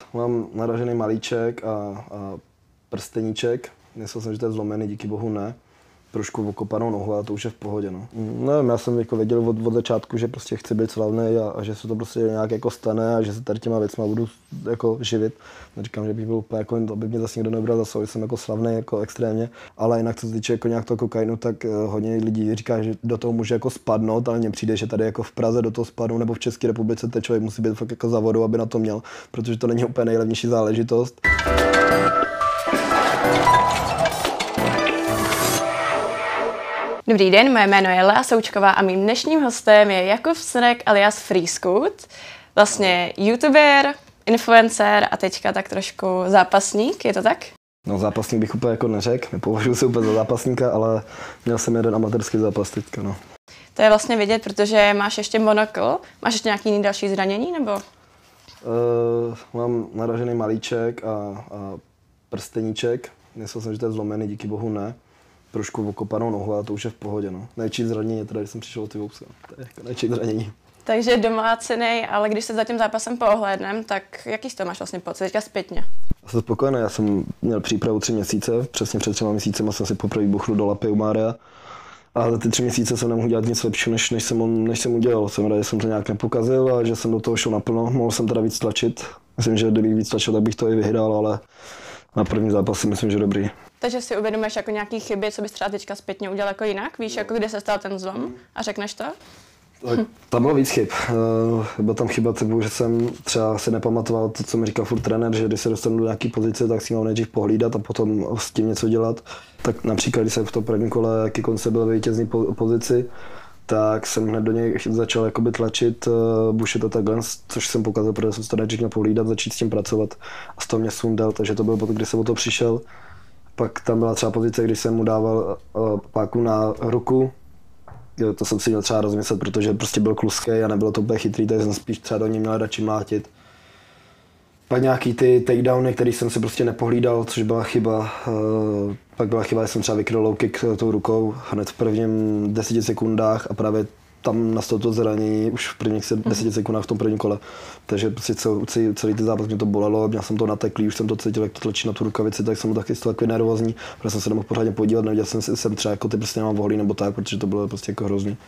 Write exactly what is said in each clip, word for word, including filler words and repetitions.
mám naražený malíček a, a prsteníček. Myslel jsem, že to je zlomený, díky bohu ne. Trošku okopanou nohu, ale to už je v pohodě. No. Nevím, já jsem jako věděl od, od začátku, že prostě chci být slavný a, a že se to prostě nějak jako stane a že se tady těma věcma budu jako živit. Neříkám, že bych byl úplně jako, aby mě zase někdo nebral za svou, že jsem jako slavný jako extrémně, ale jinak co se týče jako nějak toho kokainu, tak uh, hodně lidí říká, že do toho může jako spadnout, ale mně přijde, že tady jako v Praze do toho spadnou nebo v České republice ten člověk musí být fakt jako za vodou, aby na to měl, protože to není úplně nejlevnější záležitost. Dobrý den, moje jméno je Lea Součková a mým dnešním hostem je Jakub Srnek alias Freescoot. Vlastně youtuber, influencer a teďka tak trošku zápasník, je to tak? No zápasník bych úplně jako neřekl, nepovažuji se úplně za zápasníka, ale měl jsem jeden amatérský zápas teďka, no. To je vlastně vidět, protože máš ještě monokl. Máš ještě nějaký jiný další zranění, nebo? Uh, mám naražený malíček a, a prsteníček. Myslel jsem, že to je zlomený, díky bohu ne. Trošku okopanou nohu, ale to už je v pohodě, no. Nejčí zranění je teda, když jsem přišel od ty vousy, no. To je jako nejčí zranění. Takže domácenej, ale když se za tím zápasem poohlédnem, tak jaký z toho máš vlastně pocit teďka zpětně? Já jsem spokojený, já jsem měl přípravu tři měsíce, přesně před třema měsícema jsem si poprvé buchnul do lapy u Mária. A za ty tři měsíce jsem nemohl dělat nic lepšího, než, než, jsem, než jsem udělal. Jsem rád, že jsem to nějak nepokazil a že jsem do toho šel naplno. Mohl jsem teda víc tlačit. Myslím, že kdybych víc tlačil, tak bych to i vyhrál, ale na první zápas si myslím, že dobrý. Takže si uvědomuješ jako nějaký chyby, co bys třeba teďka zpětně udělal jako jinak? Víš, jako kde se stal ten zlom a řekneš to? Tam bylo víc chyb. Byla tam chyba typu, že jsem třeba si nepamatoval to, co mi říkal furt trenér, že když se dostanu do nějaké pozice, tak si mám nejdřív pohlídat a potom s tím něco dělat. Tak například, když jsem v tom prvním kole ke konci byl ve vítězné pozici, tak jsem hned do něj začal jakoby tlačit, bušit a takhle, což jsem pokazal, protože jsem se to nejdřív měl pohlídat, začít s tím pracovat a z toho mě sundal, takže to bylo potom, kdy jsem o to přišel. Pak tam byla třeba pozice, když jsem mu dával páku na ruku. Jo, to jsem si měl třeba rozmyslet, protože prostě byl kluský a nebylo to úplně chytrý, takže jsem spíš třeba do něj měl radši mlátit. Pak nějaký ty takedowny, který jsem si prostě nepohlídal, což byla chyba. Pak byla chyba, že jsem třeba vykryl low kick tou rukou hned v prvním deseti sekundách a právě tam nastalo to zranění už v prvních deseti sekundách v tom prvním kole. Takže prostě celý, celý ty zápas mě to bolelo, měl jsem to nateklý, už jsem to cítil, jak to tlačí na tu rukavici, tak jsem taky stál takový nervózní, protože jsem se nemohl pořádně podívat, neviděl jsem si jsem třeba jako ty prostě nemám vohlí nebo tak, protože to bylo prostě jako hrozný.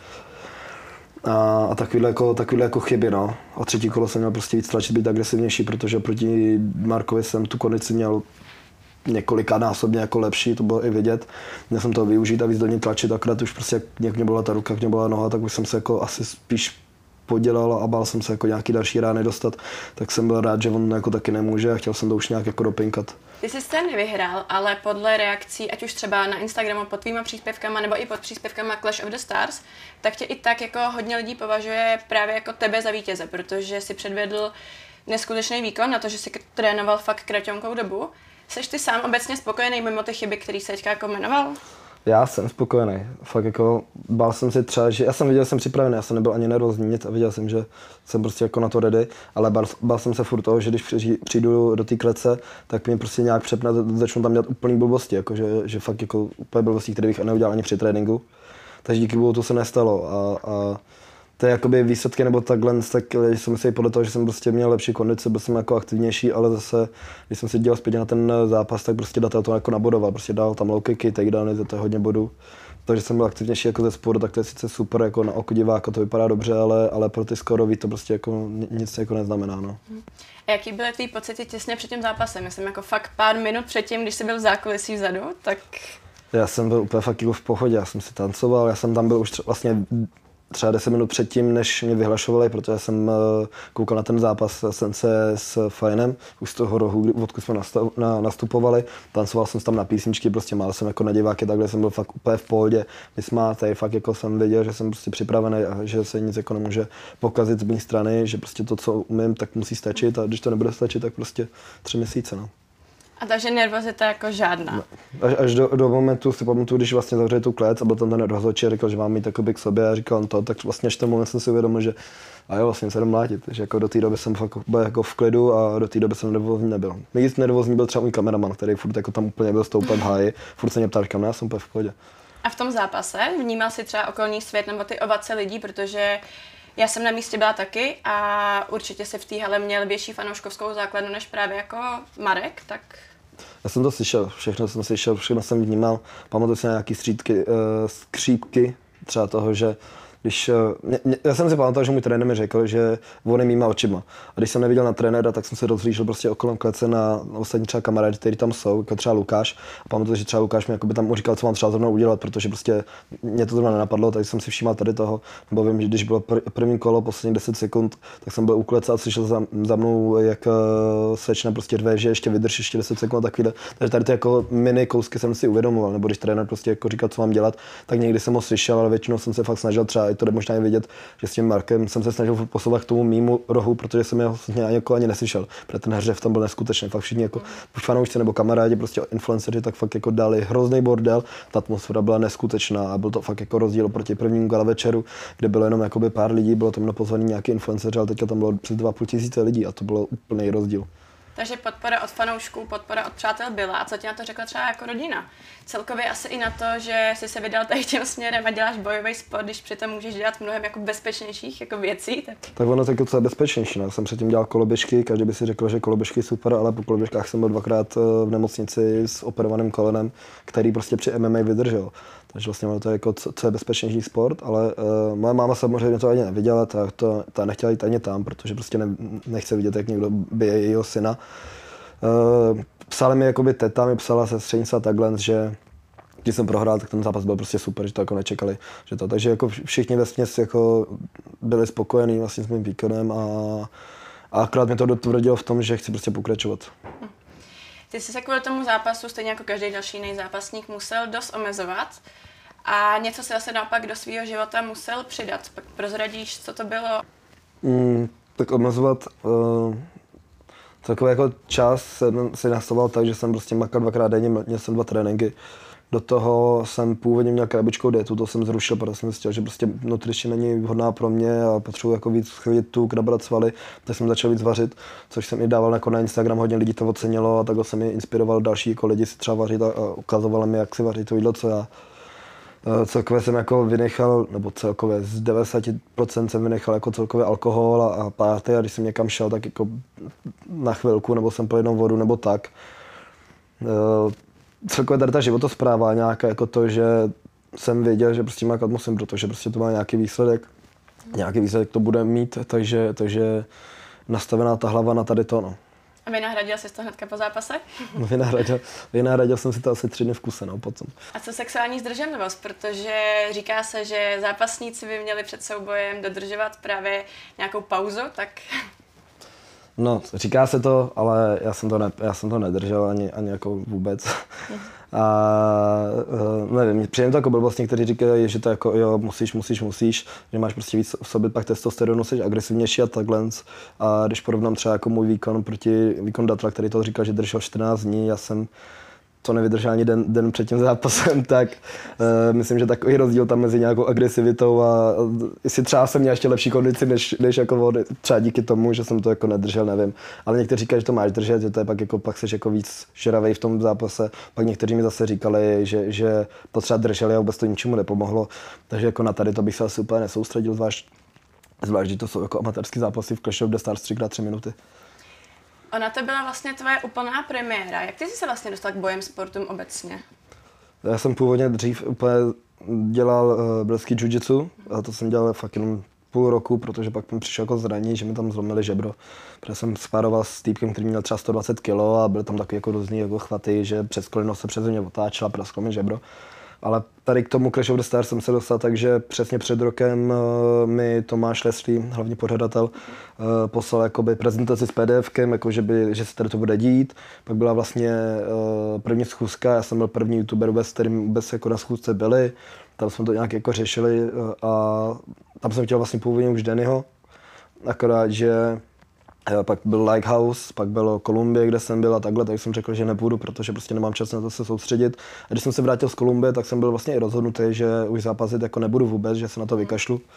A, a takovýhle, jako, takovýhle jako chyby, no. A třetí kolo jsem měl prostě víc tlačit, být agresivnější, protože proti Markovi jsem tu kondici měl několikanásobně jako lepší, to bylo i vidět. Měl jsem to využít a víc do něj tlačit, akorát už prostě jak mě byla ta ruka, jak mě byla noha, tak už jsem se jako asi spíš podělal a bál jsem se jako nějaký další rány dostat, tak jsem byl rád, že on jako taky nemůže a chtěl jsem to už nějak jako dopinkat. Ty jsi ten nevyhrál, ale podle reakcí, ať už třeba na Instagramu pod tvýma příspěvkama nebo i pod příspěvkama Clash of the Stars, tak tě i tak jako hodně lidí považuje právě jako tebe za vítěze, protože si předvedl neskutečný výkon na to, že jsi trénoval fakt kraťonkou dobu. Seš ty sám obecně spokojený mimo ty chyby, které se teďka jako jmenoval? Já jsem spokojený. Fakt jako bál jsem si třeba, že já jsem viděl, že jsem připravený, já jsem nebyl ani nervózní nic a viděl jsem, že jsem prostě jako na to ready, ale bál, bál jsem se furt toho, že když přijdu do té klece, tak mě prostě nějak přepne, začnu tam dělat úplný blbosti, jako že, že fakt jako úplně blbosti, které bych neudělal ani při tréninku. Takže díky bohu to se nestalo a, a to je jakoby výsledky nebo takhle, tak jsem si podle toho, že jsem prostě měl lepší kondice, byl jsem jako aktivnější, ale zase, když jsem si dělal zpět na ten zápas, tak prostě Datel to jako nabodoval, prostě dal tam low kicky, takedowny, to je hodně bodů. Takže jsem byl aktivnější jako ze sporu, tak to je sice super, jako na oko diváka to vypadá dobře, ale, ale pro ty skoroví to prostě jako nic jako neznamená, no. A jaký byly tvý pocity těsně před tím zápasem? Myslím jako fakt pár minut předtím, když jsi byl v zákulisí vzadu, tak... Já jsem byl úplně fakt jako v pohodě, já jsem si tancoval, já jsem tam byl už vlastně třeba deset minut předtím, než mě vyhlašovali, protože jsem koukal na ten zápas jsem se s Fajnem, už z toho rohu, odkud jsme nastupovali, tancoval jsem tam na písničky, prostě mal jsem jako na diváky, takhle jsem byl fakt úplně v pohodě, vysmátej, fakt jako jsem věděl, že jsem prostě připravený a že se nic jako nemůže pokazit z mé strany, že prostě to, co umím, tak musí stačit a když to nebude stačit, tak prostě tři měsíce, no. A takže nervozita jako žádná? No. Až, až do, do momentu si pamatuju, když vlastně zavřeli tu klec a byl tam ten rozhodčí a říkal, že mám mít takový k sobě a říkal on to, tak vlastně až ten moment jsem si uvědomil, že a jo, vlastně se jdem mlátit, že jako do té doby jsem fakt byl jako v klidu a do té doby jsem nervózní nebyl. Nejvíc nervózní byl třeba můj kameraman, který furt jako tam úplně byl stoupen v háji, furt se mě ptal, říkám, já jsem úplně v pohodě. A v tom zápase vnímal si třeba okolní svět nebo ty ovace lidí, protože Já jsem na místě byla taky a určitě se v té hale měl větší fanouškovskou základnu než právě jako Marek, tak... Já jsem to slyšel, všechno jsem slyšel, všechno jsem vnímal. Pamatuju si na nějaký střídky, uh, skřípky, třeba toho, že když, mě, mě, já jsem si pamatoval, že můj trenér mi řekl, že on je mýma očima. A když jsem neviděl na trenéra, tak jsem se rozhlížel prostě okolo klece na ostatní třeba kamarády, kteří tam jsou, jako třeba Lukáš. A pamatuju, že třeba Lukáš mi tam říkal, co mám třeba zrovna udělat, protože prostě mě to zrovna nenapadlo, takže jsem si všímal tady toho. Nebo vím, že když bylo první kolo, poslední deset sekund, tak jsem byl u klece a slyšel za, za mnou, jak sečne prostě dvě, že ještě vydrž ještě deset sekund a takovýhle. Takže tady ty jako mini kousky jsem si uvědomoval, nebo když trenér prostě jako říkal, co mám dělat, tak někdy jsem ho slyšel, ale většinou jsem se fakt snažil třeba, i to jde možná i vidět, že s tím Markem jsem se snažil posouvat k tomu mýmu rohu, protože jsem jeho ani, jako ani neslyšel, protože ten hřev tam byl neskutečný. Fakt všichni jako fanoušci nebo kamarádi, prostě influenceři, tak fakt jako dali hrozný bordel, ta atmosféra byla neskutečná a byl to fakt jako rozdíl proti prvnímu gala večeru, kde bylo jenom jakoby pár lidí, bylo tam pozvaný nějaký influenceři, ale teďka tam bylo přes dva půl tisíce lidí a to bylo úplný rozdíl. Takže podpora od fanoušků, podpora od přátel byla. A co ti na to řekla třeba jako rodina? Celkově asi i na to, že jsi se vydal tady tím směrem a děláš bojový sport, když přitom můžeš dělat mnohem jako bezpečnějších jako věcí. Tak, tak ono tak je bezpečnější. No. Jsem předtím dělal koloběžky, každý by si řekl, že koloběžky super, ale po koloběžkách jsem byl dvakrát v nemocnici s operovaným kolenem, který prostě při M M A vydržel. Takže vlastně ono to je jako, co, co je bezpečnější sport, ale uh, moje máma samozřejmě to ani neviděla, tak to, ta nechtěla jít ani tam, protože prostě ne, nechce vidět, jak někdo bije jejího syna. Uh, psala mi jakoby teta, mi psala sestřenice a takhle, že když jsem prohrál, tak ten zápas byl prostě super, že to jako nečekali. Že to, takže jako všichni vesměs jako byli spokojení vlastně s mým výkonem a, a akorát mi to dotvrdilo v tom, že chci prostě pokračovat. Hm. Ty jsi se kvůli tomu zápasu, stejně jako každý další jiný zápasník, musel dost omezovat a něco si zase naopak do svého života musel přidat. Pak prozradíš, co to bylo? Mm, tak omezovat, uh, takový jako čas se, se nastavoval tak, že jsem prostě makal dvakrát denně, měl jsem dva tréninky. Do toho jsem původně měl krabičkou dietu, to jsem zrušil, protože jsem zjistil, že prostě nutričně není vhodná pro mě a potřebuji jako víc chvílit tuk, nabrat svaly, tak jsem začal víc vařit, což jsem i dával jako na Instagram, hodně lidí to ocenilo a takhle jsem i inspiroval další jako lidi si třeba vařit a, a ukazovali mi, jak si vařit to jídlo, co já. Celkově jsem jako vynechal, nebo celkově z devadesát procent jsem vynechal jako celkově alkohol a, a party a když jsem někam šel, tak jako na chvilku, nebo jsem pil jenom vodu, nebo tak. Celkově tady ta životospráva nějaká jako to, že jsem věděl, že prostě mákat musím, protože prostě to má nějaký výsledek. Nějaký výsledek to bude mít, takže, takže nastavená ta hlava na tady to, no. A vynahradil jsi to hnedka po zápase? No, vynahradil, vynahradil jsem si to asi tři dny v kuse, no, potom. A co sexuální zdrženlivost? Protože říká se, že zápasníci by měli před soubojem dodržovat právě nějakou pauzu, tak... No, říká se to, ale já jsem to, ne, já jsem to nedržel ani, ani jako vůbec. A uh, nevím, přijde to jako blbost, někteří říkají, že to jako jo, musíš, musíš, musíš, že máš prostě víc v sobě pak testosteronu, jsi agresivnější a takhle. A když porovnám třeba jako můj výkon proti výkon Datla, který to říkal, že držel čtrnáct dní, já jsem to nevydržel ani den, den před tím zápasem, tak uh, myslím, že takový rozdíl tam mezi nějakou agresivitou a uh, jestli třeba jsem měl ještě lepší kondici, než, než jako vody, třeba díky tomu, že jsem to jako nedržel, nevím. Ale někteří říkají, že to máš držet, že to je pak jako pak seš jako víc žeravej v tom zápase. Pak někteří mi zase říkali, že, že to třeba drželi a vůbec to ničemu nepomohlo. Takže jako na tady to bych se asi úplně nesoustředil, zvlášť, zvlášť, že to jsou jako amatérský zápasy v Clash of the Stars tři krát tři minuty. Ona to byla vlastně tvoje úplná premiéra. Jak ty jsi se vlastně dostal k bojem sportům obecně? Já jsem původně dřív úplně dělal uh, brazilský jiu-jitsu a to jsem dělal fakt jenom půl roku, protože pak mi přišlo jako zranění, že mi tam zlomili žebro. Protože jsem spároval s týpkem, který měl třeba sto dvacet kilo a byly tam taky jako různý jako chvaty, že přes koleno se přes mě otáčela a prasklo mi žebro. Ale tady k tomu Clash of the Stars jsem se dostal tak, že přesně před rokem uh, mi Tomáš Leslý, hlavní pořadatel, uh, poslal jakoby prezentaci s PDFkem, jako že, by, že se tady to bude dít. Pak byla vlastně uh, první schůzka, já jsem byl první youtuber vůbec, s kterým vůbec jako na schůzce byli. Tam jsme to nějak jako řešili uh, a tam jsem chtěl vlastně původně už Dannyho, akorát, že pak byl Lighthouse, pak bylo Kolumbie, kde jsem byl a takhle, tak jsem řekl, že nepůjdu, protože prostě nemám čas na to se soustředit. A když jsem se vrátil z Kolumbie, tak jsem byl vlastně i rozhodnutý, že už zápasit jako nebudu vůbec, že se na to vykašlu.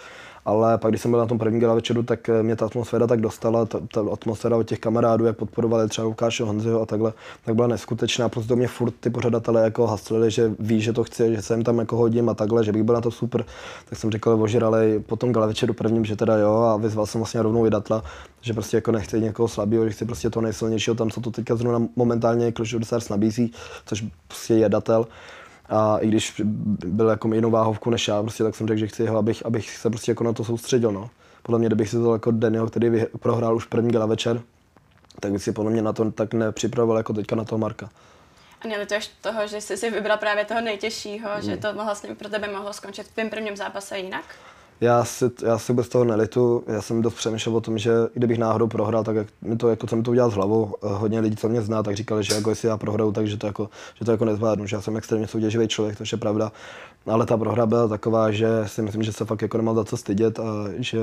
ale pak když jsem byl na tom prvním gala večeru, tak mě ta atmosféra tak dostala, ta, ta atmosféra od těch kamarádů, jak podporovali třeba Lukáše, Honziho a takhle, tak byla neskutečná, prostě do mě furt ty pořadatelé jako haslili, že ví, že to chci, že se jim tam jako hodím a takhle, že bych byl na to super, tak jsem řekl ožralej po tom gala večeru prvním, že teda jo, a vyzval jsem vlastně rovnou i Datla, že prostě jako nechci někoho slabého, že chci prostě toho nejsilnějšího tam, co to teďka zrovna momentálně Clash of the Stars nabízí, což prostě je Datel. A i když byl jako jinou váhovku než já, prostě, tak jsem řekl, že chci ho, abych, abych se prostě jako na to soustředil. No. Podle mě, kdybych si to jako Daniel, který vyh- prohrál už první gala večer, tak bych si podle mě na to tak nepřipravoval jako teďka na toho Marka. A nelituješ toho, že jsi si vybral právě toho nejtěžšího, hmm. že to vlastně pro tebe mohlo skončit v tvém prvním zápase jinak? Já si, já si bez toho nelitu, já jsem dost přemýšlel o tom, že kdybych náhodou prohrál, tak jak mi to, jako, co mi to udělal s hlavou. Hodně lidí, co mě zná, tak říkali, že jako jestli já prohraju, takže to jako, že to jako nezvládnu, že já jsem extrémně soutěživý člověk, to je pravda. Ale ta prohra byla taková, že si myslím, že se fakt jako nemal za co stydět a že,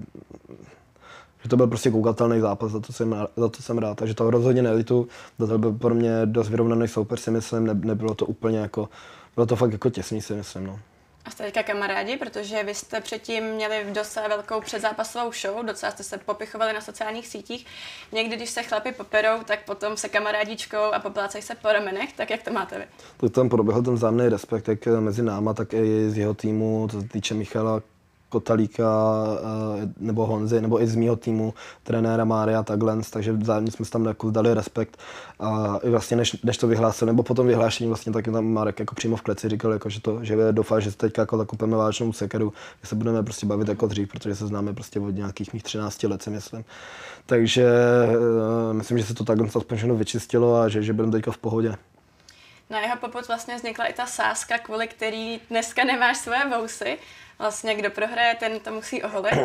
že to byl prostě koukatelný zápas, za to jsem, za to jsem rád. Takže to rozhodně nelitu, to byl pro mě dost vyrovnaný soupeř, si myslím, ne, nebylo to úplně jako, bylo to fakt jako těsný, si myslím. No. A jste teďka kamarádi, protože vy jste předtím měli docela velkou předzápasovou show, docela jste se popichovali na sociálních sítích. Někdy, když se chlapi poperou, tak potom se kamarádíčkou a poplácají se po ramenech, tak jak to máte vy? Tak tam proběhl ten vzájemný respekt, jak mezi náma, tak i z jeho týmu, co se týče Michala Kotalíka, nebo Honzy, nebo i z mýho týmu, trenéra Mária takhle, takže vzájemně jsme si tam jako dali respekt. A i vlastně než, než to vyhlásil, nebo potom vyhlášení vlastně taky tam Marek jako přímo v kleci říkal, jako, že, to, že doufá, že se teďka jako zakupeme vážnou sekeru, že se budeme prostě bavit jako dřív, protože se známe prostě od nějakých mých třinácti let, si myslím. Takže uh, myslím, že se to takhle aspoň vyčistilo a že, že budeme teďka v pohodě. Na jeho popud vlastně vznikla i ta sázka, kvůli který dneska nemáš svoje vousy. Vlastně kdo prohraje, ten to musí oholit.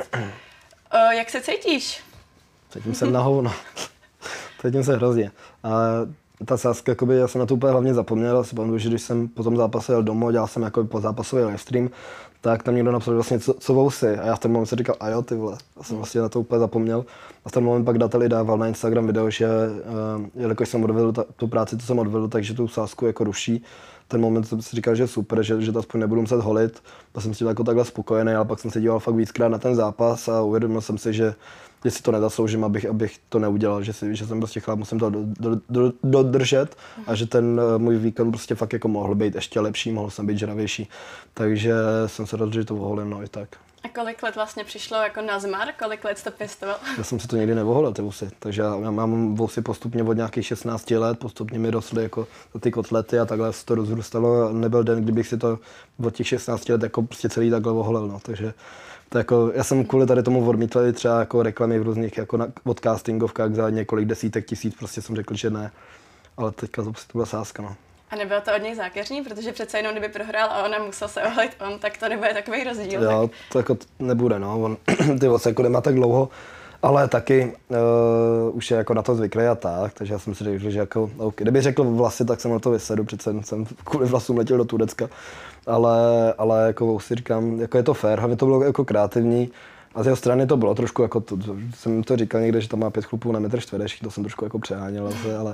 O, jak se cítíš? Cítím se na hovno. Cítím se hrozně. A ta sázka, jakoby, já jsem na to úplně hlavně zapomněl. Já si pamatuju, že když jsem po tom zápase jel domů, dělal jsem jako po zápasový livestream, tak tam někdo napsal vlastně, co, co vousy. A já v ten moment si říkal, a jo, ty vole. Já jsem vlastně na to úplně zapomněl. A v ten moment pak Dateli dával na Instagram video, že uh, jelikož jsem odvedl ta, tu práci, co jsem odvedl, takže tu sázku jako ruší. Ten moment jsem si říkal, že super, že, že to aspoň nebudu muset holit. A jsem si jako takhle spokojený, ale pak jsem se díval fakt víckrát na ten zápas a uvědomil jsem si, že že si to nezasloužím, abych, abych to neudělal, že, si, že jsem prostě chlap, musím to do, do, do, dodržet a že ten můj víkend prostě fakt jako mohl být ještě lepší, mohl jsem být žravější. Takže jsem se rozhodl, že to voholím, no i tak. A kolik let vlastně přišlo jako na zmar? Kolik let jsi to pěstoval? Já jsem si to nikdy nevoholil, ty vousy. Takže já mám vousy postupně od nějakých šestnácti let, postupně mi rostly jako ty kotlety a takhle se to rozrůstalo. Nebyl den, kdybych si to od těch šestnácti let jako prostě celý takhle voholil, no. Takže to jako, já jsem kvůli tady tomu odmítl třeba jako reklamy v různých jako na, od castingovkách za několik desítek tisíc, prostě jsem řekl, že ne. Ale teďka to byla sázka, no. A nebylo to od něj zákeřný, protože přece jenom kdyby prohrál a ona musel se oholit on, tak to nebude takový rozdíl. Jo, tak... to jako nebude, no. On ty voce jako nemá tak dlouho, ale taky uh, už je jako na to zvyklý a tak, takže já jsem si řekl, že jako, okay. Kdyby řekl vlasy, tak jsem na to vysedu, přece jsem kvůli vlasům letěl do Turecka, ale, ale jako si říkám, jako je to fér, hlavně to bylo jako kreativní. A z jeho strany to bylo trošku jako, to, to, jsem to říkal někde, že tam má pět chlupů na metr čtvereční, to jsem trošku jako přeháněl, ale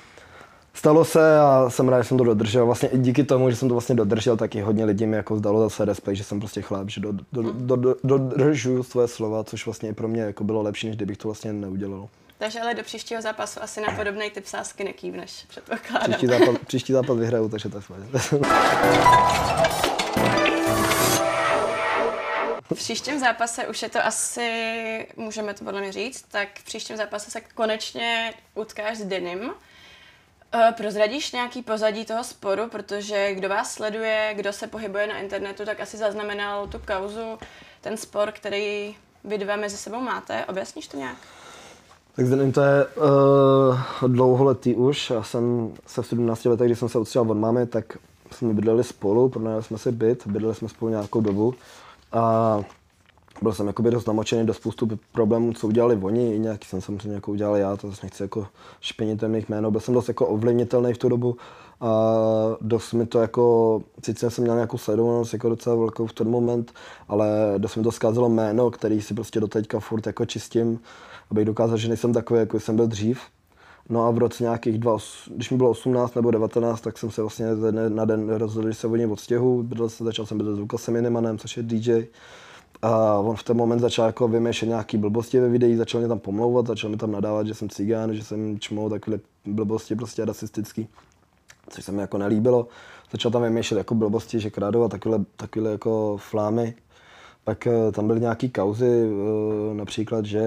stalo se a jsem rád, že jsem to dodržel. Vlastně i díky tomu, že jsem to vlastně dodržel, tak i hodně lidí mi jako zdalo zase respekt, že jsem prostě chlap, že do, do, do, do, dodržuju svoje slova, což vlastně i pro mě jako bylo lepší, než kdybych to vlastně neudělal. Takže ale do příštího zápasu asi na podobný typ sázky nekývneš, předpokládám. Příští zápas, příští zápas vyhraju, takže to je fajn. V příštím zápase už je to asi, můžeme to podle mě říct, tak v příštím zápase se konečně utkáš s Danym. Prozradíš nějaký pozadí toho sporu, protože kdo vás sleduje, kdo se pohybuje na internetu, tak asi zaznamenal tu kauzu, ten spor, který vy dva mezi sebou máte. Objasníš to nějak? Tak Danym to je uh, dlouholetý už. Já jsem se v sedmnácti letech, když jsem se odstěhoval od mámy, tak jsme bydleli spolu, pronajali jsme si byt, bydleli jsme spolu nějakou dobu. A byl jsem jakoby dost namočený do spoustu problémů, co udělali oni, i nějaký jsem samozřejmě jako udělal já, to zase nechci jako špinit ten jejich jméno. Byl jsem dost jako ovlivnitelný v tu dobu a dost mi to jako, sice jsem měl nějakou sledovanost jako docela velkou v ten moment, ale dost mi to zkázalo jméno, který si prostě doteďka furt jako čistím, abych dokázal, že nejsem takový, jako jsem byl dřív. No a v roce nějakých dva, když mi bylo osmnáct nebo devatenáct, tak jsem se vlastně na den rozhodl, že se od něj odstěhu. Bydlel jsem, začal jsem bydlet s Lukasem Jinemanem, což je D J. A on v ten moment začal jako vymýšlet nějaký blbosti ve videích, začal mě tam pomlouvat, začal mi tam nadávat, že jsem cigán, že jsem čmo, takové blbosti prostě rasistický, což se mi jako nelíbilo. Začal tam vymýšlet jako blbosti, že kradou a takové, takové jako flámy. Pak tam byly nějaký kauzy, například, že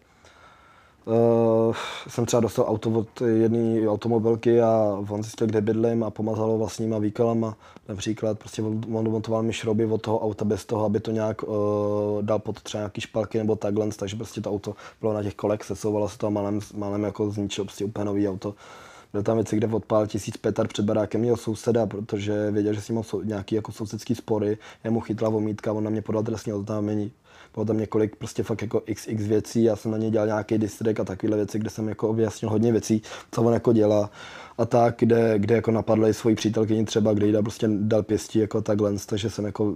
Uh, jsem třeba dostal auto od jedné automobilky a on zjistil, kde bydlím a pomazal ho vlastníma výkalama. Například prostě on montoval mi šrouby od toho auta bez toho, aby to nějak uh, dal pod třeba nějaký špalky nebo takhle, takže prostě to auto bylo na těch kolech, sesouvalo se to a malem, malem jako zničil prostě úplně nový auto. Byl tam věci, kde odpálil tisíc petard před barákem mého souseda, protože věděl, že s ním mám nějaký jako sousedský spory. Já mu chytla vomítka, on na mě podal trestní oznámení. Bylo tam několik prostě fakt jako iks iks věcí, já jsem na něj dělal nějaký distrek a takovéhle věci, kde jsem jako objasnil hodně věcí, co on jako dělá. A tak, kde, kde jako napadly svoji přítelkyni třeba, kde jí dal prostě dal pěstí jako takhle, takže jsem jako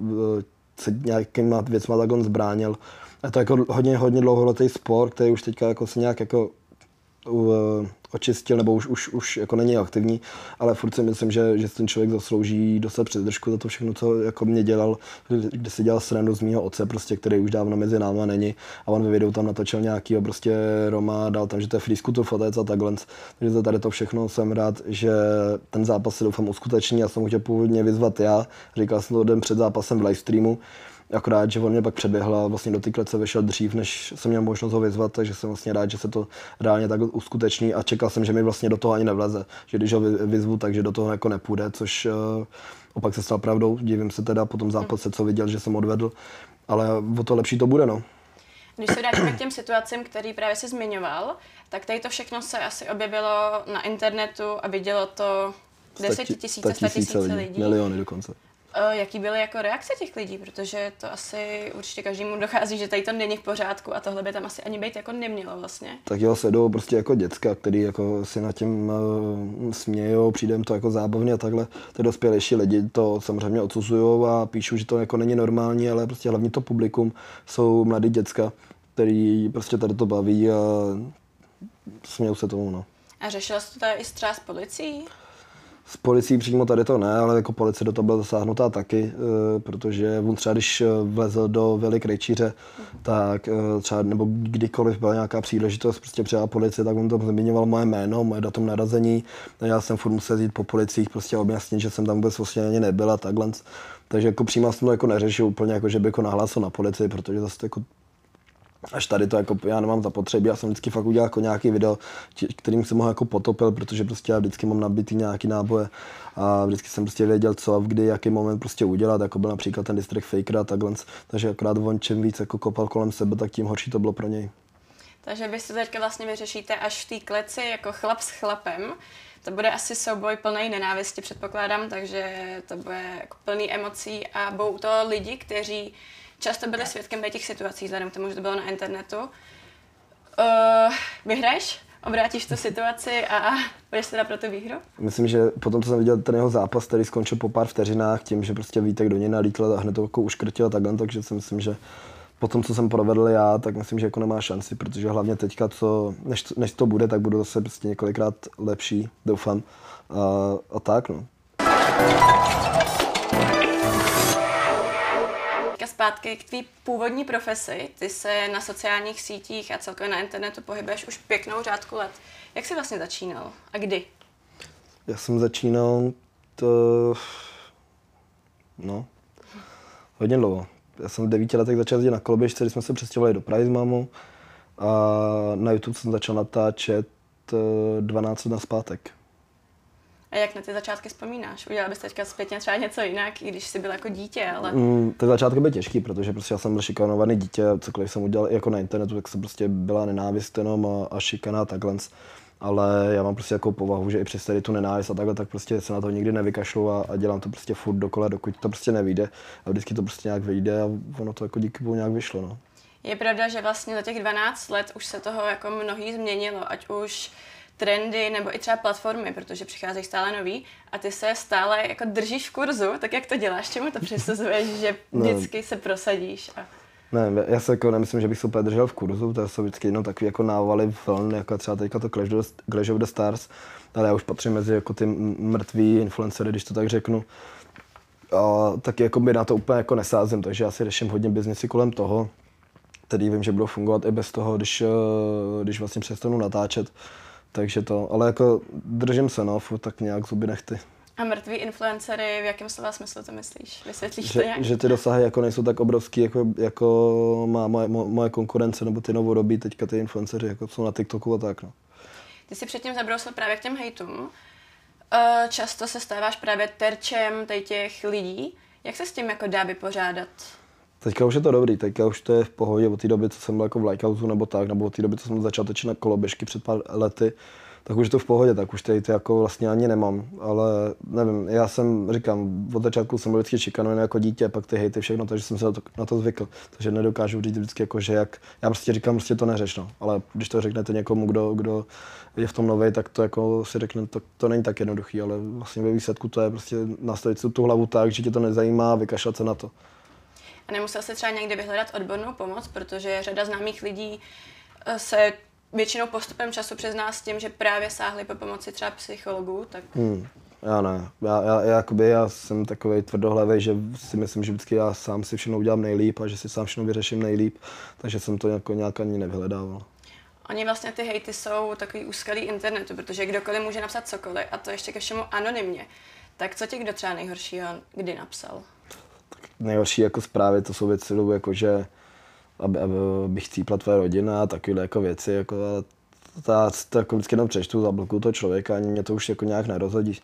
se nějakýma věcma takhle zbránil. A to jako hodně, hodně dlouholetý spor, který už teďka jako se nějak jako uh, očistil, nebo už, už, už jako není aktivní, ale furt si myslím, že, že ten člověk zaslouží dostat přes za to všechno, co jako mě dělal, kde si dělal srandu z mýho otce, prostě, který už dávno mezi náma není a on ve videu tam natočil nějakýho prostě Roma, dal tam, že to je free scooter fotec a takhle. Takže tady to všechno jsem rád, že ten zápas si doufám uskuteční, já jsem ho chtěl původně vyzvat já, říkal jsem to den před zápasem v livestreamu, akorát, že on mě pak předběhl a vlastně do té klece vešel dřív, než jsem měl možnost ho vyzvat, takže jsem vlastně rád, že se to reálně tak uskuteční a čekal jsem, že mi vlastně do toho ani nevleze, že když ho vyzvu, takže do toho jako nepůjde, což uh, opak se stal pravdou, divím se teda po tom zápase, co viděl, že jsem odvedl, ale o to lepší to bude, no. Když se vrátíme k těm situacím, který právě si zmiňoval, tak tady to všechno se asi objevilo na internetu a vidělo to desetitisíce, statisíce lidí. Miliony dokonce. Jaký byly jako reakce těch lidí, protože to asi určitě každému dochází, že tady to není v pořádku a tohle by tam asi ani být jako nemělo vlastně. Tak jo, sedou prostě jako děcka, který jako si nad tím uh, smějou, přijde jim to jako zábavně a takhle. Ty dospělejší lidi to samozřejmě odsuzujou a píšou, že to jako není normální, ale prostě hlavně to publikum jsou mladí děcka, který prostě tady to baví a smějou se tomu, no. A řešila jsi to tady i třeba s policií? S policií přímo tady to ne, ale jako policie do toho byla zasáhnutá taky, e, protože on třeba když vlezl do Vily Krejčíře, tak e, třeba nebo kdykoliv byla nějaká příležitost, prostě přijela policie, tak on tam zmiňoval moje jméno, moje datum narození, a já jsem furt musel jít po policích, prostě objasnit, že jsem tam vůbec vlastně ani nebyl a takhle. Takže jako přímo jsem to jako neřešil úplně, jako že by jako nahlásil na policii, protože zase jako až tady to jako já nemám zapotřebí, já jsem vždycky fakt udělal jako nějaký video, kterým jsem ho jako potopil, protože prostě já vždycky mám nabitý nějaký náboje a vždycky jsem prostě věděl, co a v kdy, jaký moment prostě udělat, jako byl například ten district Faker a takhle, takže akorát on čím víc jako kopal kolem sebe, tak tím horší to bylo pro něj. Takže vy si teďka vlastně vyřešíte až v té kleci jako chlap s chlapem. To bude asi souboj plný nenávisti, předpokládám, takže to bude jako plný emocí a budou to lidi, kteří často byli svědkem těch situací, vzhledem k tomu, že to bylo na internetu. Uh, vyhraješ? Obrátíš tu situaci a budeš teda pro tu výhru? Myslím, že potom, co jsem viděl ten jeho zápas, který skončil po pár vteřinách tím, že prostě Vítek do něj nalítl a hned to jako uškrtil a takhle, takže si myslím, že po tom, co jsem provedl já, tak myslím, že jako nemá šanci, protože hlavně teďka, co, než, než to bude, tak budu zase prostě několikrát lepší, doufám. A, a tak, no. Zpátky k tvý původní profesi. Ty se na sociálních sítích a celkově na internetu pohybuješ už pěknou řádku let. Jak jsi vlastně začínal a kdy? Já jsem začínal to... no, hodně dlouho. Já jsem v devíti letech začal jezdit na koloběžce, když jsme se přestěhovali do Prahy s mámou a na YouTube jsem začal natáčet dvanáct let nazpátek. A jak na ty začátky vzpomínáš? Udělal bys teďka zpětně třeba něco jinak, i když jsi byl jako dítě, ale... Mm, ty začátky byly těžký, protože prostě já jsem byl šikanovaný dítě, cokoliv jsem udělal jako na internetu, tak se prostě byla nenávist jenom a, a šikana a takhle. Ale já mám prostě jako povahu, že i přes tady tu nenávist a takhle, tak prostě se na to nikdy nevykašlu a, a dělám to prostě furt dokola, dokud to prostě nevyjde. A vždycky to prostě nějak vyjde a ono to jako díky bohu nějak vyšlo, no. Je pravda, že vlastně za těch dvanáct let už se toho jako mnohý změnilo, ať už trendy nebo i třeba platformy, protože přicházejí stále nový a ty se stále jako držíš v kurzu, tak jak to děláš, čemu to přisuzuješ, že vždycky se prosadíš? A... Ne, já se jako nemyslím, že bych se úplně držel v kurzu, to jsou vždycky jenom takový jako návaly vln, jako třeba teďka to Clash, Clash of the Stars, ale já už patřím mezi jako ty mrtví influencery, když to tak řeknu. A taky jako by na to úplně jako nesázím, takže já si řeším hodně biznesy kolem toho, který vím, že budou fungovat i bez toho, když, když vlastně přestanu natáčet. Takže to, ale jako držím se, no, furt tak nějak zuby nechty. A mrtví influencery, v jakém slova smyslu to myslíš? Vysvětlíš že, to nějak? Že ty dosahy jako nejsou tak obrovský, jako, jako má moje, moje konkurence, nebo ty novodobí, teďka ty influenceři, jako jsou na TikToku a tak, no. Ty jsi předtím zabrousil právě k těm hejtům. Často se stáváš právě terčem těch lidí. Jak se s tím jako dá vypořádat? Teďka už je to dobrý, teďka už to je v pohodě od té doby, co jsem byl jako v Likehouse nebo tak, nebo od té doby, co jsem začal točit na koloběžky před pár lety, tak už je to v pohodě, tak už tady to jako vlastně ani nemám, ale nevím, já jsem, říkám, od začátku jsem byl vždycky šikanovaný jako dítě, pak ty hejty, všechno, takže jsem se na to, na to zvykl, takže nedokážu říct vždycky jako, že jak, já prostě říkám, prostě to neřeš, no, ale když to řeknete někomu, kdo, kdo je v tom novej, tak to jako si řekne, to, to není tak jednoduchý, ale vlastně ve výsledku to je prostě nastavit si tu hlavu tak, že tě to nezajímá, vykašlat se na to. A nemusel jsi třeba někdy vyhledat odbornou pomoc, protože řada známých lidí se většinou postupem času přizná s tím, že právě sáhli po pomoci třeba psychologů, tak... Hmm, já ne. Já, já, já, jakoby, já jsem takovej tvrdohlavý, že si myslím, že vždycky já sám si všechno udělám nejlíp a že si sám všechno vyřeším nejlíp, takže jsem to jako nějak ani nevyhledával. Oni vlastně ty hejty jsou takový úskalý internetu, protože kdokoliv může napsat cokoliv a to ještě ke všemu anonymně. Tak co ti kdo třeba nejhoršího kdy napsal? Nejhorší jako zprávy, to jsou věci, jako že aby, aby bych cípla tvé rodina a takovéhle jako věci, jako, ale to, to jako vždycky jenom přečtu, zablokuju toho člověka, ani mě to už jako nějak nerozhodí.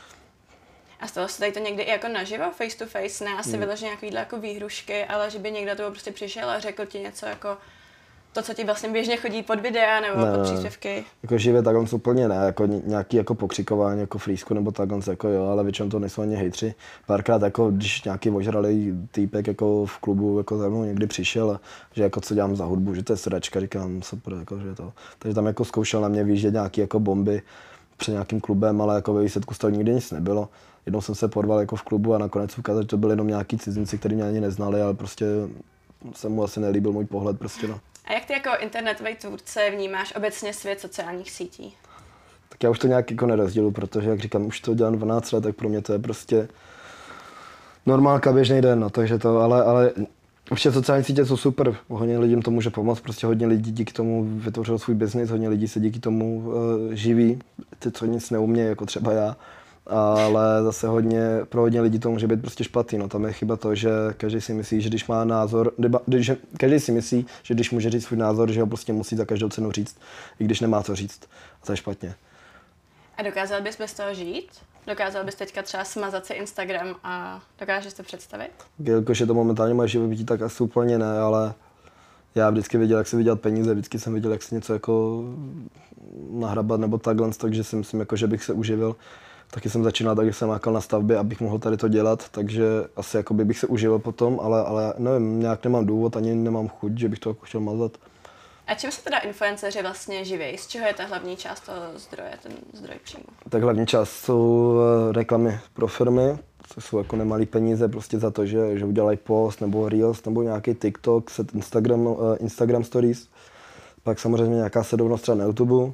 A stalo se tady to někdy i jako naživo, face to face, ne asi hmm. vyloženě nějakýhle jako výhrušky, ale že by někdo toho prostě přišel a řekl ti něco jako to, co ti vlastně běžně chodí pod videa nebo ne, pod příspěvky? Jako živě takhle úplně ne, jako nějaký jako pokřikování, jako frýsku nebo takhle, jako jo, ale většinou to nejsou ani hejtři. Párkrát jako, když nějaký ožralý týpek jako v klubu jako za mnou někdy přišel a že jako co dělám za hudbu, že to je sračka, říkám super, jako že to. Takže tam jako zkoušel na mě výjíždět nějaký jako bomby před nějakým klubem, ale jako ve výsledku z toho nikdy nic nebylo. Jednou jsem se porval jako v klubu a nakonec ukázal, že to byli jenom nějaký cizinci, kteří mě ani neznali, ale prostě se mu asi nelíbil můj pohled prostě, no. A jak ty jako internetový tvůrce vnímáš obecně svět sociálních sítí? Tak já už to nějak jako nerozdělu, protože jak říkám, už to dělám dvanáct let, tak pro mě to je prostě normálka, běžný den, no, takže to, ale, ale určitě sociální sítě jsou super, hodně lidem to může pomoct, prostě hodně lidí díky tomu vytvořilo svůj biznis, hodně lidí se díky tomu uh, živí, ty, co nic neumějí, jako třeba já. Ale zase hodně, pro hodně lidí to může být prostě špatný, no tam je chyba to, že každý si myslí, že když má názor, když, každý si myslí, že když může říct svůj názor, že ho prostě musí za každou cenu říct, i když nemá co říct, a to je špatně. A dokázal bys bez toho žít? Dokázal bys teďka třeba smazat si Instagram a dokážeš to představit? Jelikož je to momentálně moje živobytí, tak asi úplně ne, ale já vždycky věděl, jak se vydělat peníze, vždycky jsem věděl, jak se něco jako nahrabat nebo takhle, takže si myslím, jako, že bych se uživil. Taky jsem začínal tak, že jsem mákal na stavbě, abych mohl tady to dělat, takže asi jakoby bych se uživil potom, ale, ale nevím, nějak nemám důvod, ani nemám chuť, že bych to jako chtěl mazat. A čím se teda influenceři vlastně živí? Z čeho je ta hlavní část toho zdroje, ten zdroj příjmu? Tak hlavní část jsou reklamy pro firmy, což jsou jako nemalý peníze prostě za to, že, že udělají post nebo reels nebo nějaký TikTok, set Instagram, Instagram stories, pak samozřejmě nějaká sledovnost třeba na YouTube.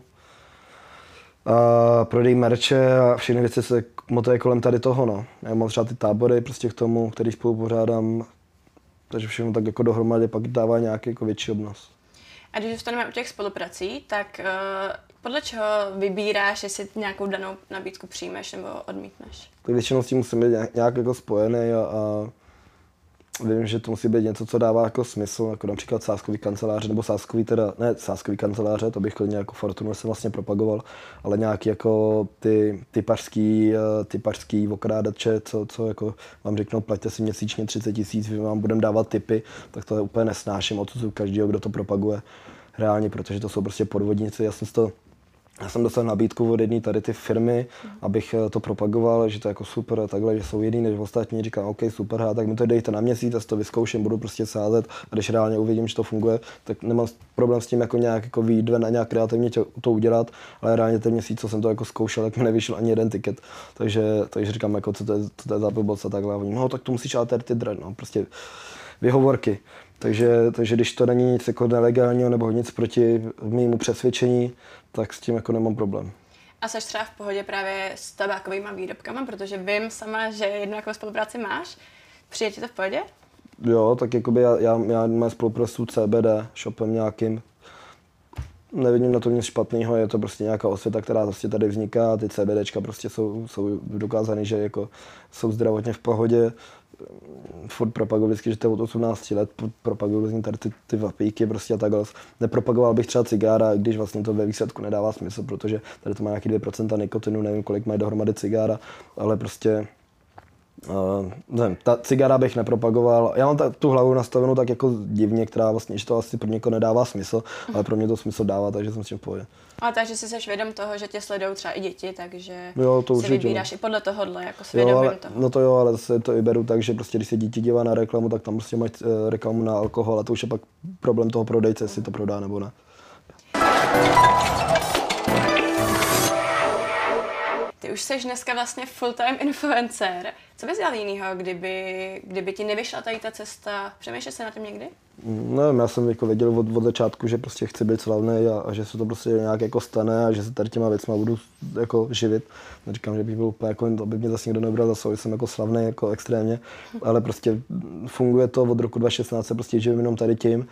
A prodej merče a všechny věci se motuje kolem tady toho, no. Já mám třeba ty tábory prostě k tomu, který spolu pořádám, takže všechno tak jako dohromady pak dává nějaký jako větší obnos. A když zůstaneme u těch spoluprací, tak uh, podle čeho vybíráš, jestli nějakou danou nabídku přijmeš nebo odmítneš? Tak většinou s tím musím být nějak, nějak jako spojený a, a vím, že to musí být něco, co dává jako smysl, jako například sázkový kanceláře, nebo sázkový teda, ne sázkový kanceláře, to bych klidně jako Fortunu jsem vlastně propagoval, ale nějaký jako ty typařský, typařský okrádače, co, co jako vám řeknou, plaťte si měsíčně třicet tisíc, my vám budeme dávat tipy, tak to úplně nesnáším, odsuzuji každého, kdo to propaguje reálně, protože to jsou prostě podvodníci, já jsem to Já jsem dostal nabídku od jedné tady ty firmy, abych to propagoval, že to je jako super a takhle, že jsou jiný než ostatní. Říkám, OK, super, tak mi to dejte na měsíc, já si to vyzkouším, budu prostě sázet a když reálně uvidím, že to funguje, tak nemám problém s tím jako nějak jako vyjít ven a nějak kreativně to udělat, ale reálně ten měsíc, co jsem to jako zkoušel, tak mi nevyšel ani jeden tiket. Takže, takže říkám, jako, co to je, co to je za blbost a takhle. No, tak to musíš ale tady ty dre, no, prostě vyhovorky. Takže, takže když to není nic jako nelegálního nebo nic proti mému přesvědčení, tak s tím jako nemám problém. A seš třeba v pohodě právě s tabákovými výrobkama, protože vím sama, že jednu jako spolupráci máš. Přijde ti to v pohodě? Jo, tak jakoby já, já, já mám spolupracuji C B D shopem nějakým. Nevidím na to nic špatného, je to prostě nějaká osvěta, která prostě tady vzniká, ty CBDčka prostě jsou, jsou dokázané, že jako jsou zdravotně v pohodě. Furt propaguju vždycky, že to je od osmnácti let, propaguju různý tady ty, ty vapíky prostě a takhle. Nepropagoval bych třeba cigára, když vlastně to ve výsledku nedává smysl, protože tady to má nějaký dvě procenta nikotinu, nevím kolik mají dohromady cigára, ale prostě Uh, nevím, ta cigára bych nepropagoval. Já mám ta, tu hlavu nastavenou tak jako divně, která vlastně, že to asi pro někoho nedává smysl, ale pro mě to smysl dává, takže jsem s tím v pohodě. Ale takže si seš vědom toho, že tě sledují třeba i děti, takže jo, to si vybíráš no. i podle tohohle, jako s vědomím jo, ale, toho. No to jo, ale se to i beru tak, že prostě když se dítě dívá na reklamu, tak tam prostě mají uh, reklamu na alkohol a to už je pak problém toho prodejce, jestli to prodá nebo ne. Ty už jsi dneska vlastně full-time influencer. Co bys dělal jinýho, kdyby, kdyby ti nevyšla tady ta cesta? Přemýšlel jsi na tom někdy? Nevím, já jsem jako věděl od, od začátku, že prostě chci být slavný a, a že se to prostě nějak jako stane a že se tady těma věcma budu jako živit. Neříkám, že bych byl úplně jako, aby mě zase někdo nebral za svou, jsem jako slavný jako extrémně, ale prostě funguje to od roku dva tisíce šestnáct, se prostě živím jenom tady tím.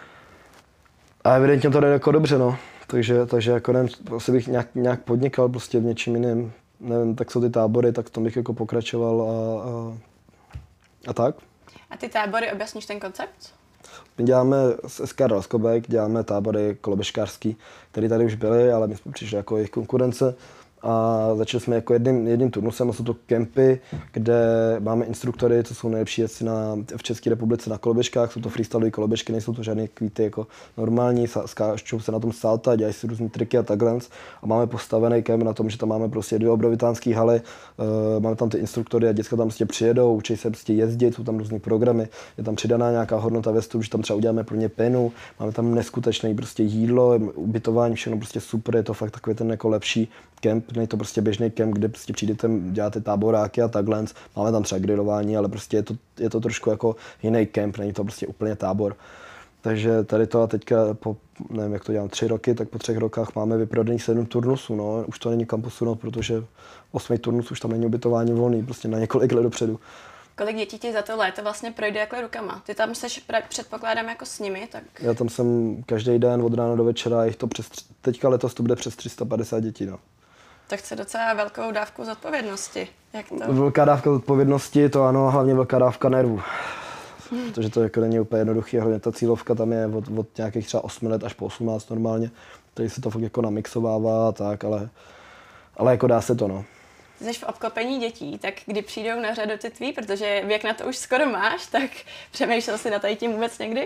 A evidentně to jde jako dobře, no. Takže, takže jako nevím, asi bych nějak, nějak podnikal prostě v něčím jiným. Nevím, tak jsou ty tábory, tak v tom bych jako pokračoval a, a, a tak. A ty tábory, objasníš ten koncept? My děláme s S K Dalskobek, děláme tábory koloběžkářský, které tady už byly, ale my jsme přišli jako jejich konkurence. A začali jsme jako jedním, jedním turnusem, a jsou to kempy, kde máme instruktory, co jsou nejlepší jezdci na, v České republice na koloběžkách, jsou to freestylové koloběžky, nejsou to žádné kvíty jako normální, skáčou se na tom salta, dělají si různé triky a takhle. A máme postavený kemp na tom, že tam máme prostě dvě obrovitánské haly, uh, máme tam ty instruktory a děcka tam prostě přijedou, učí se prostě jezdit, jsou tam různé programy, je tam přidaná nějaká hodnota ve vstupu, že tam třeba uděláme pro ně penu, máme tam neskutečné prostě jídlo, ubytování, všechno prostě super, je to fakt takový ten jako lepší kemp, není to prostě běžný kemp, kde prostě přijdete, děláte táboráky a takhle. Máme tam třeba grilování, ale prostě je to, je to trošku jako jiný kemp, není to prostě úplně tábor. Takže tady to a teďka po, nevím jak to dělám, tři roky, tak po třech rokách máme vyprodaných sedm turnusů, no. Už to není kam posunout, protože osmý turnus už tam není ubytování volný, prostě na několik let dopředu. Kolik dětí ti za to léto vlastně projde jako rukama? Ty tam seš, předpokládám, jako s nimi, tak... Já tam jsem každý den od rána do večera, jich to přes, teďka letos to bude přes tři sta padesát dětí, no. Tak chce docela velkou dávku zodpovědnosti. Jak to? Velká dávka zodpovědnosti, to ano, hlavně velká dávka nervů. Hmm. Protože to jako není úplně jednoduché, hlavně ta cílovka tam je od, od nějakých třeba osmi let až po osmnáct normálně, tady se to fakt jako namixovává a tak, ale, ale jako dá se to, no. Ty jsi v obklopení dětí, tak kdy přijdou na řadu ty tvý, protože věk na to už skoro máš, tak přemýšlel jsi na tady tím vůbec někdy?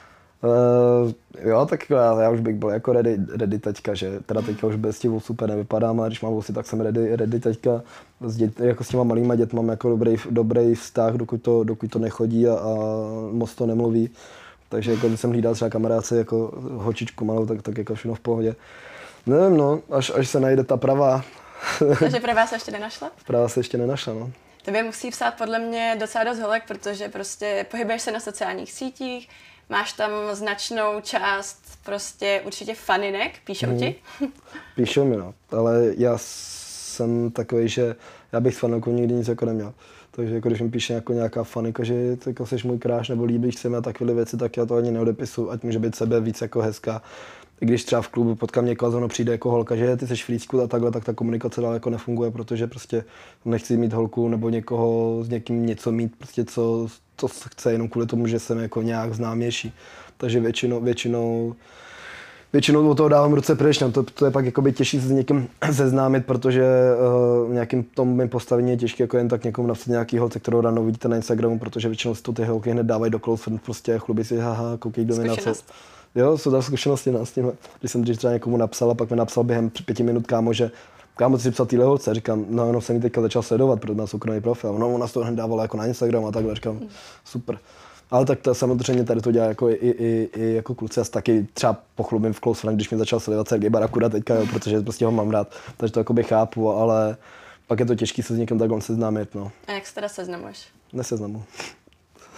Uh, jo, tak já, já už bych byl jako ready, ready teďka, že teda teďka už bez těch super nevypadám, ale když mám vousy, tak jsem ready, ready teďka. S, dět, jako s těma malýma dětma mám jako dobrý, dobrý vztah, dokud to, dokud to nechodí a, a moc to nemluví. Takže jako když jsem hlídal třeba kamarádce jako holčičku malou, tak, tak jako všechno v pohodě. Nevím no, až, až se najde ta pravá. Takže pravá se ještě nenašla? Pravá se ještě nenašla, no. Tobě musí psát podle mě docela dost holek, protože prostě pohybuješ se na sociálních sítích, máš tam značnou část prostě určitě faninek, píšou hmm. ti? Píšou mi, no, ale já jsem takovej, že já bych s faninkou nikdy nic jako neměl. Takže jako když mi píše jako nějaká fanika, že jako jsi můj kráš nebo líbíš se mi a takové věci, tak já to ani neodepisuju, ať může být sebe víc jako hezká. I když třeba v klubu potkám někoho, zrovna přijde jako holka, že ty seš frýcku a takhle, tak ta komunikace dál jako nefunguje, protože prostě nechci mít holku nebo někoho s někým něco mít, prostě co, co chce jenom kvůli tomu, že jsem jako nějak známější. Takže většinou, většinou, většinou od toho dávám ruce pryč, no to, to je pak jakoby těžší se s někým seznámit, protože uh, nějakým tom mým postavení je těžké jako jen tak někomu napsat nějaký holce, kterou ráno vidíte na Instagramu, protože většinou si to ty holky hned dávají do close friend, prostě chlubí si, haha, koukej do mě na co. Jo, jsou tam zkušenosti na s tím. Když jsem třeba někomu napsal a pak mi napsal během pěti minut kámo, že kámo, ty si psal týhle holce, říkám, no jenom jsem ji teďka začal sledovat, protože má soukromý profil, no ona to hned dávala jako na Instagram a takhle, říkám, super. Ale tak to, samozřejmě tady to dělá jako i, i, i jako kluci, já taky třeba pochlubím v close friend, když mi začal sledovat Sergej Barakuda teďka, jo, protože prostě ho mám rád, takže to jakoby chápu, ale pak je to těžké se s někým takhle seznámit, no. A jak se teda seznamuješ? Neseznamu.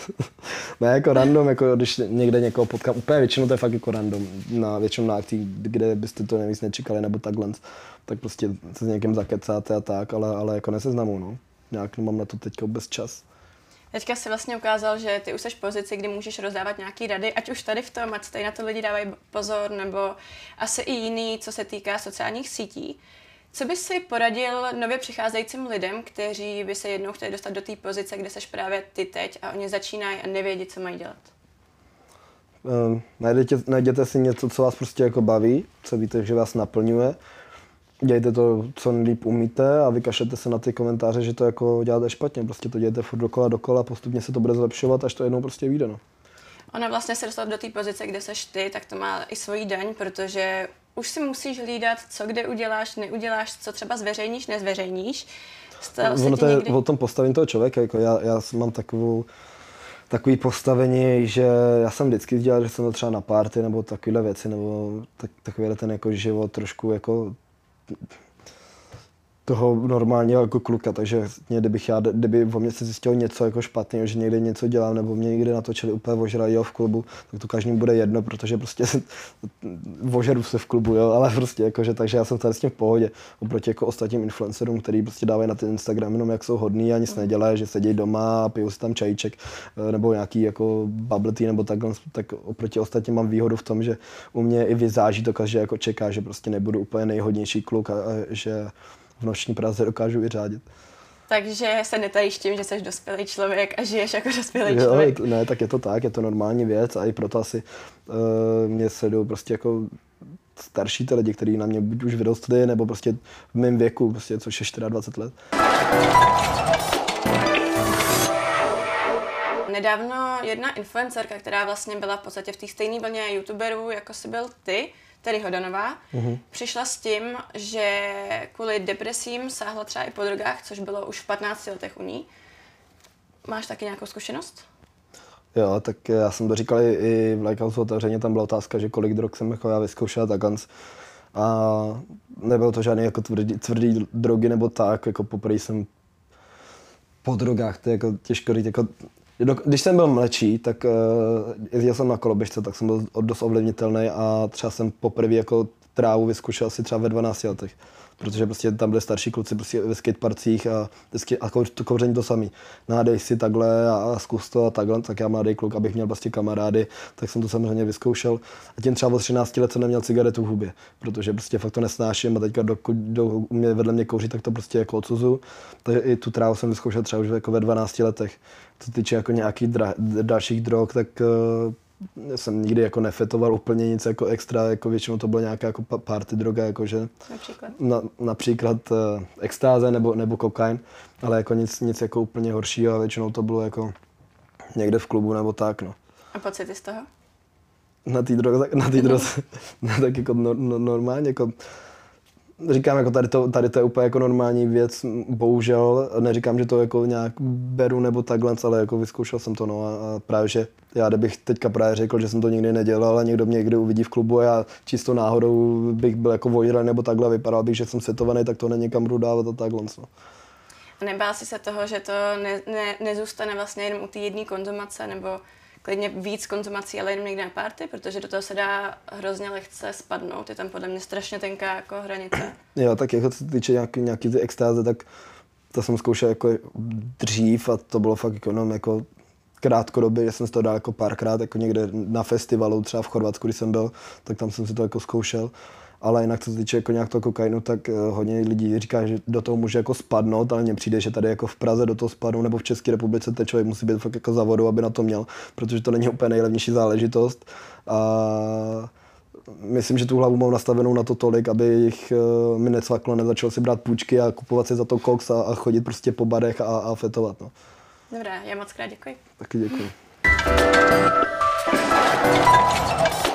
Ne, jako random, jako když někde někoho potkám, úplně většinou to je fakt jako random, na, většinou na akcích, kde byste to nejvíc nečekali, nebo takhle, tak prostě se s někým zakecáte a tak, ale, ale jako neseznamu, no. Nějak nemám na to teďka vůbec čas. Teďka si vlastně ukázal, že ty už jsi v pozici, kdy můžeš rozdávat nějaký rady, ať už tady v tom, ať stejně na to lidi dávají pozor, nebo asi i jiný, co se týká sociálních sítí. Co bys si poradil nově přicházejícím lidem, kteří by se jednou chtěli dostat do té pozice, kde seš právě ty teď a oni začínají a nevědí, co mají dělat? Um, najděte, najděte si něco, co vás prostě jako baví, co víte, že vás naplňuje. Dějte to, co nejlíp umíte a vykašlete se na ty komentáře, že to jako děláte špatně. Prostě to dějte furt dokola, dokola, postupně se to bude zlepšovat, až to jednou prostě vyjde. No. Ona vlastně se dostat do té pozice, kde seš ty, tak to má i svoji daň, protože už si musíš hlídat, co kde uděláš, neuděláš, co třeba zveřejníš, nezveřejníš. Ono to je někdy... o tom postavení toho člověka. Jako já, já mám takovou, takový postavení, že já jsem vždycky dělal, že jsem byl třeba na party nebo takovéhle věci, nebo tak, takovýhle ten jako život trošku jako toho normálního jako kluka, takže kdybych já, kdyby o mě se zjistilo něco jako špatného, že někde něco dělám, nebo mě někde natočili úplně ožralýho v klubu, tak to každým bude jedno, protože prostě ožeru se v klubu, jo, ale prostě jakože, takže já jsem tady s tím v pohodě, oproti jako ostatním influencerům, který prostě dávají na ten Instagram jenom jak jsou hodný a nic nedělají, že sedí doma a pijou si tam čajíček, nebo nějaký jako bubble tea, nebo takhle, tak oproti ostatním mám výhodu v tom, že u mě i vyzáží to každý jako čeká, že prostě nebudu úplně nejhodnější kluk a, a že v noční Praze dokážu vyřádit. Takže se netajíš tím, že jsi dospělý člověk a žiješ jako dospělý jo, člověk. Ne, tak je to tak, je to normální věc a i proto asi uh, mě sledují prostě jako starší ty lidi, kteří na mě buď už vyrostli, nebo prostě v mém věku, prostě, což je dvacet čtyři let. Nedávno jedna influencerka, která vlastně byla v podstatě v té stejné vlně youtuberů, jako jsi byl ty, tedy Hodanová, uh-huh. přišla s tím, že kvůli depresím sáhla třeba i po drogách, což bylo už v patnácti letech u ní. Máš taky nějakou zkušenost? Jo, tak já jsem to říkal i, i v Likehouse otevřeně, tam byla otázka, že kolik drog jsem jako já vyzkoušel takhle. A nebylo to žádný jako tvrdý, tvrdý drogy nebo tak, jako poprvé jsem po drogách, to je jako těžko říct, jako když jsem byl mladší, tak uh, jezdil jsem na koloběžce, tak jsem byl dost ovlivnitelný a třeba jsem poprvé jako trávu vyzkoušel asi třeba ve dvanácti letech. Protože prostě tam byli starší kluci prostě ve skateparcích a, a to kouření to samý. Nádej si takhle a, a zkus to a takhle, tak já mladý kluk, abych měl prostě kamarády, tak jsem to samozřejmě vyzkoušel. A tím třeba od třinácti let jsem neměl cigaretu v hubě, protože prostě fakt to nesnáším a teďka dokud do, u mě vedle mě kouří, tak to prostě jako odsuzu. Takže i tu trávu jsem vyzkoušel třeba už jako ve dvanácti letech. Co týče jako nějakých dra, dalších drog, tak uh, jsem nikdy jako nefetoval úplně nic jako extra, jako většinou to byla nějaká jako party droga, jakože například, na, například uh, extáze nebo, nebo kokain, ale jako nic, nic jako úplně horšího a většinou to bylo jako někde v klubu nebo tak, no. A pocity z toho? Na té droze, na té droze, no, tak jako no, no, normálně, jako říkám, jako tady to, tady to je úplně jako normální věc, bohužel, neříkám, že to jako nějak beru nebo takhle, ale jako vyzkoušel jsem to, no a, a právě, že já kdybych teďka právě řekl, že jsem to nikdy nedělal a někdo mě někdy uvidí v klubu a já čisto náhodou bych byl jako vojra nebo takhle, vypadal bych, že jsem světovaný, tak to někam budu dávat a takhle, no. A nebál jsi se toho, že to ne, ne, nezůstane vlastně jenom u té jedné konzumace, nebo klidně víc konzumací, ale jenom někde na party, protože do toho se dá hrozně lehce spadnout. Je tam podle mě strašně tenká jako hranice. Jo, tak jako co se týče nějaký, nějaký ty extáze, tak to jsem zkoušel jako dřív a to bylo fakt jenom jako krátkodobě, že jsem si to dal jako párkrát, jako někde na festivalu, třeba v Chorvatsku, když jsem byl, tak tam jsem si to jako zkoušel. Ale jinak co se týče jako nějak toho kokainu, tak hodně lidí říká, že do toho může jako spadnout, ale mně přijde, že tady jako v Praze do toho spadnou nebo v České republice ten člověk musí být fakt jako za vodou, aby na to měl, protože to není úplně nejlevnější záležitost. A myslím, že tu hlavu mám nastavenou na to tolik, aby jich mi necvaklo, nezačal si brát půjčky a kupovat si za to koks a, a chodit prostě po barech a, a fetovat. No. Dobrá, já moc krát děkuji. Taky děkuji.